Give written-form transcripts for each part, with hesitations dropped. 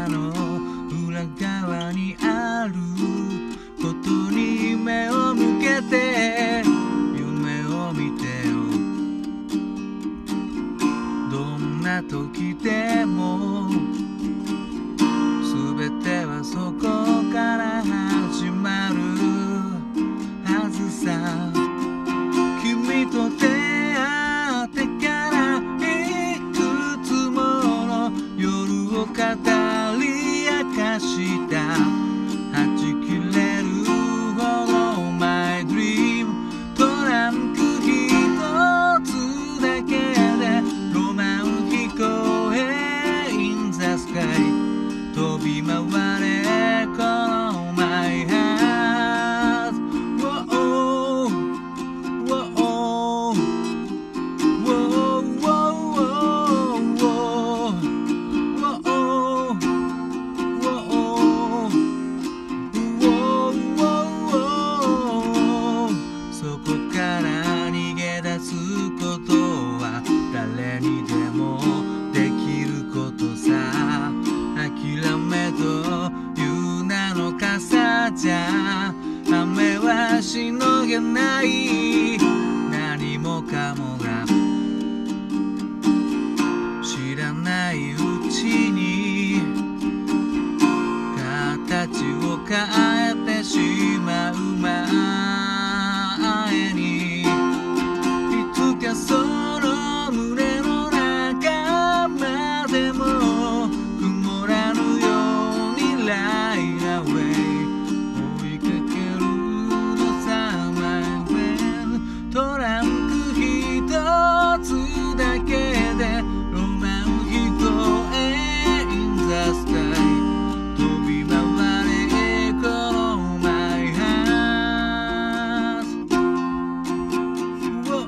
葉の裏側にあることに目を向けて夢を見てよ。どんな時でも全てはそこから始まるはずさ。君と出会ってからいくつもの夜を語り明かした。はち切れるほど My Dream トランク一つだけでロマン飛行へ In the sky 飛び回れこの My heart Whoa, whoa, whoa, whoa そこから逃げ出すことは誰にでもできることさ。諦めという名の傘じゃ雨はしのげない。何もかもが知らないうちに形を変えてしまう前に、いつかその胸の中までも曇らぬように Light away 追いかけるのさ My friend トランク一つだけでロマン飛行へ In the sky 飛び回れこの My heart Whoa,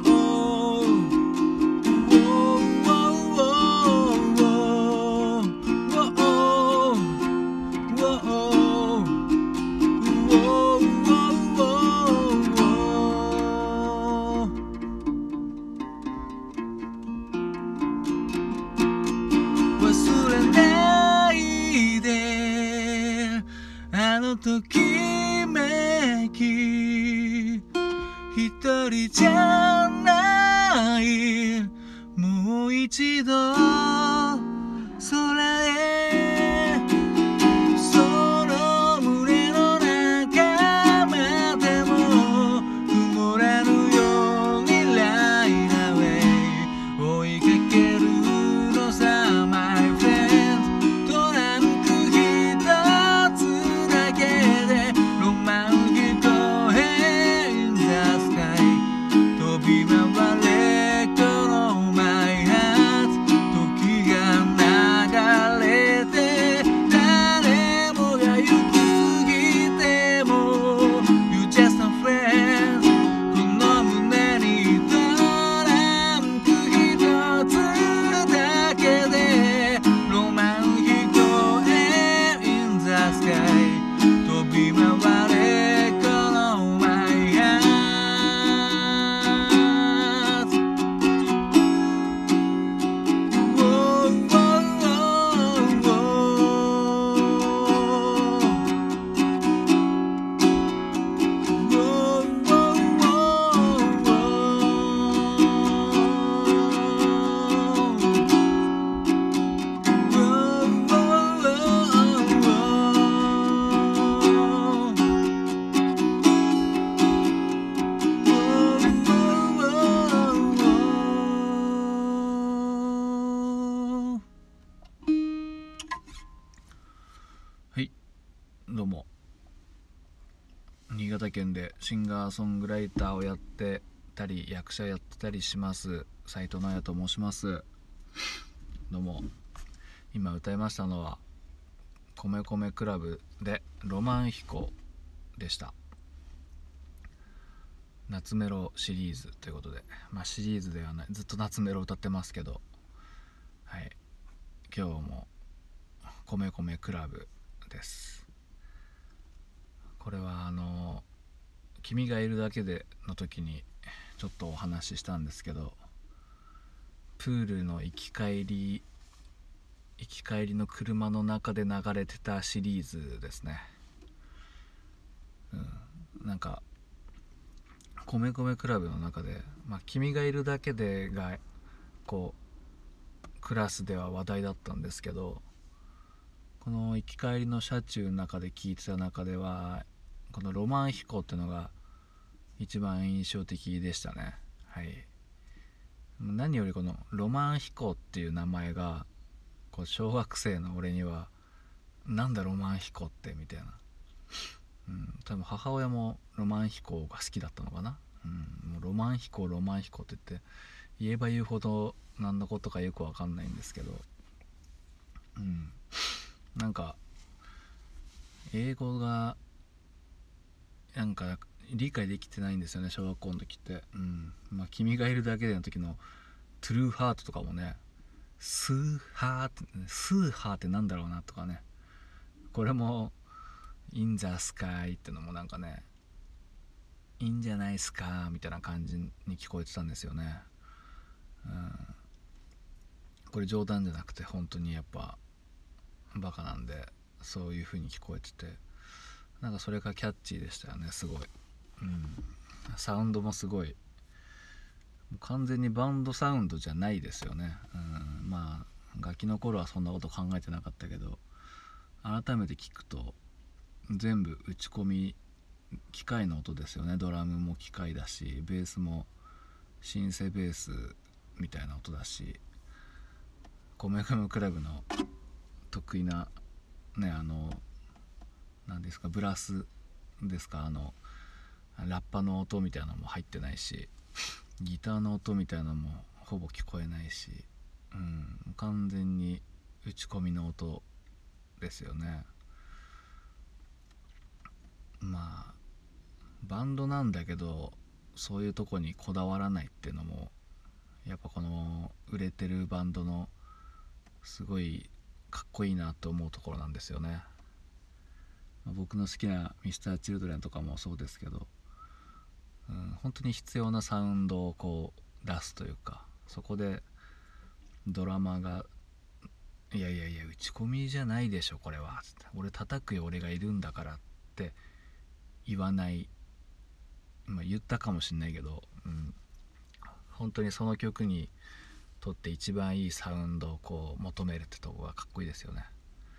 whoa, whoa,忘れないであのときめき一人じゃないもう一度空へその胸の中までも曇らぬように Light away 追いかけるのさ My friend トランク一つだけでロマン飛行へ In the sky 飛び回れこの My heart 時が流れて誰もが行き過ぎても You just a friend この胸にトランク一つだけでロマン飛行へ In the sky 飛び回れこの My heart Whoa, whoa, whoa はい、どうも。新潟県でシンガーソングライターをやってたり役者やってたりします斉藤直也と申します。どうも。今歌いましたのは米米クラブでロマン飛行でした。夏メロシリーズということで、シリーズではない、ずっと夏メロ歌ってますけど、はい、今日も米米クラブです。これは君がいるだけでの時にちょっとお話ししたんですけど、プールの行き帰り行き帰りの車の中で流れてたシリーズですね。なんか米米クラブの中で、君がいるだけでがこうクラスでは話題だったんですけど、この行き帰りの車中の中で聞いてた中ではこのロマン飛行っていうのが一番印象的でしたね。はい。何よりこのロマン飛行っていう名前がこう小学生の俺にはなんだロマン飛行ってみたいな、多分母親もロマン飛行が好きだったのかな。もうロマン飛行ロマン飛行って言って言えば言うほど何のことかよくわかんないんですけど、なんか英語がなんか理解できてないんですよね、小学校の時って。君がいるだけでの時のトゥルーハートとかもね、スーハーってスーハーってなんだろうなとかね、これもインザスカイってのもなんかね、いいんじゃないっすかみたいな感じに聞こえてたんですよね。これ冗談じゃなくて本当にやっぱバカなんで、そういう風に聞こえてて、なんかそれがキャッチーでしたよね、すごい。サウンドもすごい完全にバンドサウンドじゃないですよね。ガキの頃はそんなこと考えてなかったけど、改めて聞くと全部打ち込み機械の音ですよね。ドラムも機械だし、ベースもシンセベースみたいな音だし、コメコメクラブの得意なね、何ですか、ブラスですか、ラッパの音みたいなのも入ってないし、ギターの音みたいなのもほぼ聞こえないし、完全に打ち込みの音ですよね。バンドなんだけどそういうとこにこだわらないっていうのもやっぱこの売れてるバンドのすごいかっこいいなと思うところなんですよね。僕の好きな Mr.Children とかもそうですけど、本当に必要なサウンドをこう出すというか、そこでドラマーがいやいやいや打ち込みじゃないでしょこれはつって、俺叩くよ俺がいるんだからって言わない、言ったかもしんないけど、本当にその曲にとって一番いいサウンドをこう求めるってとこがかっこいいですよね。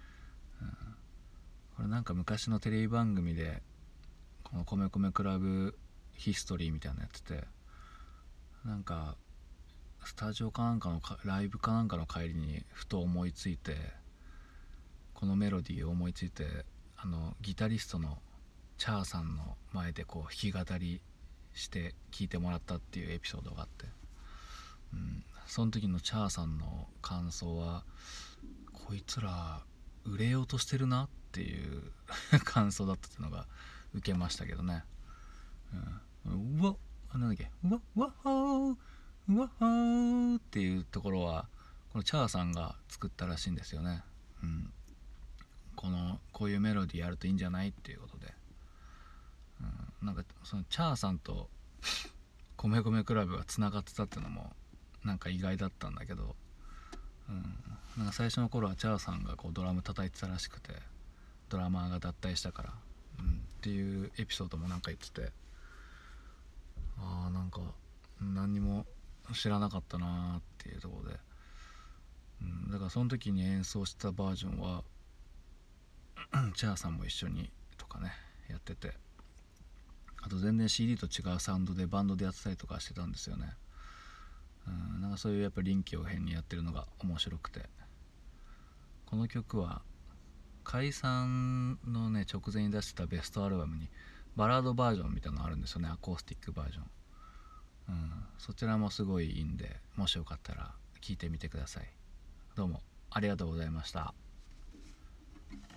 これなんか昔のテレビ番組でこの米米クラブヒストリーみたいなのやってて、なんかスタジオかなんかのライブかなんかの帰りにふと思いついて、このメロディーを思いついて、ギタリストのチャーさんの前でこう弾き語りして聴いてもらったっていうエピソードがあって、その時のチャーさんの感想はこいつら売れようとしてるなっていう感想だったっていうのが受けましたけどね。うわなんだっけ、うわっわっほーうわっほーっていうところはこのチャーさんが作ったらしいんですよね。こういうメロディーやるといいんじゃないっていうことで、なんかそのチャーさんと米米クラブがつながってたっていうのもなんか意外だったんだけど、なんか最初の頃はチャーさんがこうドラム叩いてたらしくて、ドラマーが脱退したから、っていうエピソードもなんか言ってて、なんか何にも知らなかったなーっていうところで、だからその時に演奏したバージョンはチャーさんも一緒にとかねやってて、あと全然 CD と違うサウンドでバンドでやってたりとかしてたんですよね。なんかそういうやっぱ臨機応変にやってるのが面白くて、この曲は解散のね直前に出してたベストアルバムにバラードバージョンみたいなのあるんですよね、アコースティックバージョン。そちらもすごいいいんで、もしよかったら聴いてみてください。どうもありがとうございました。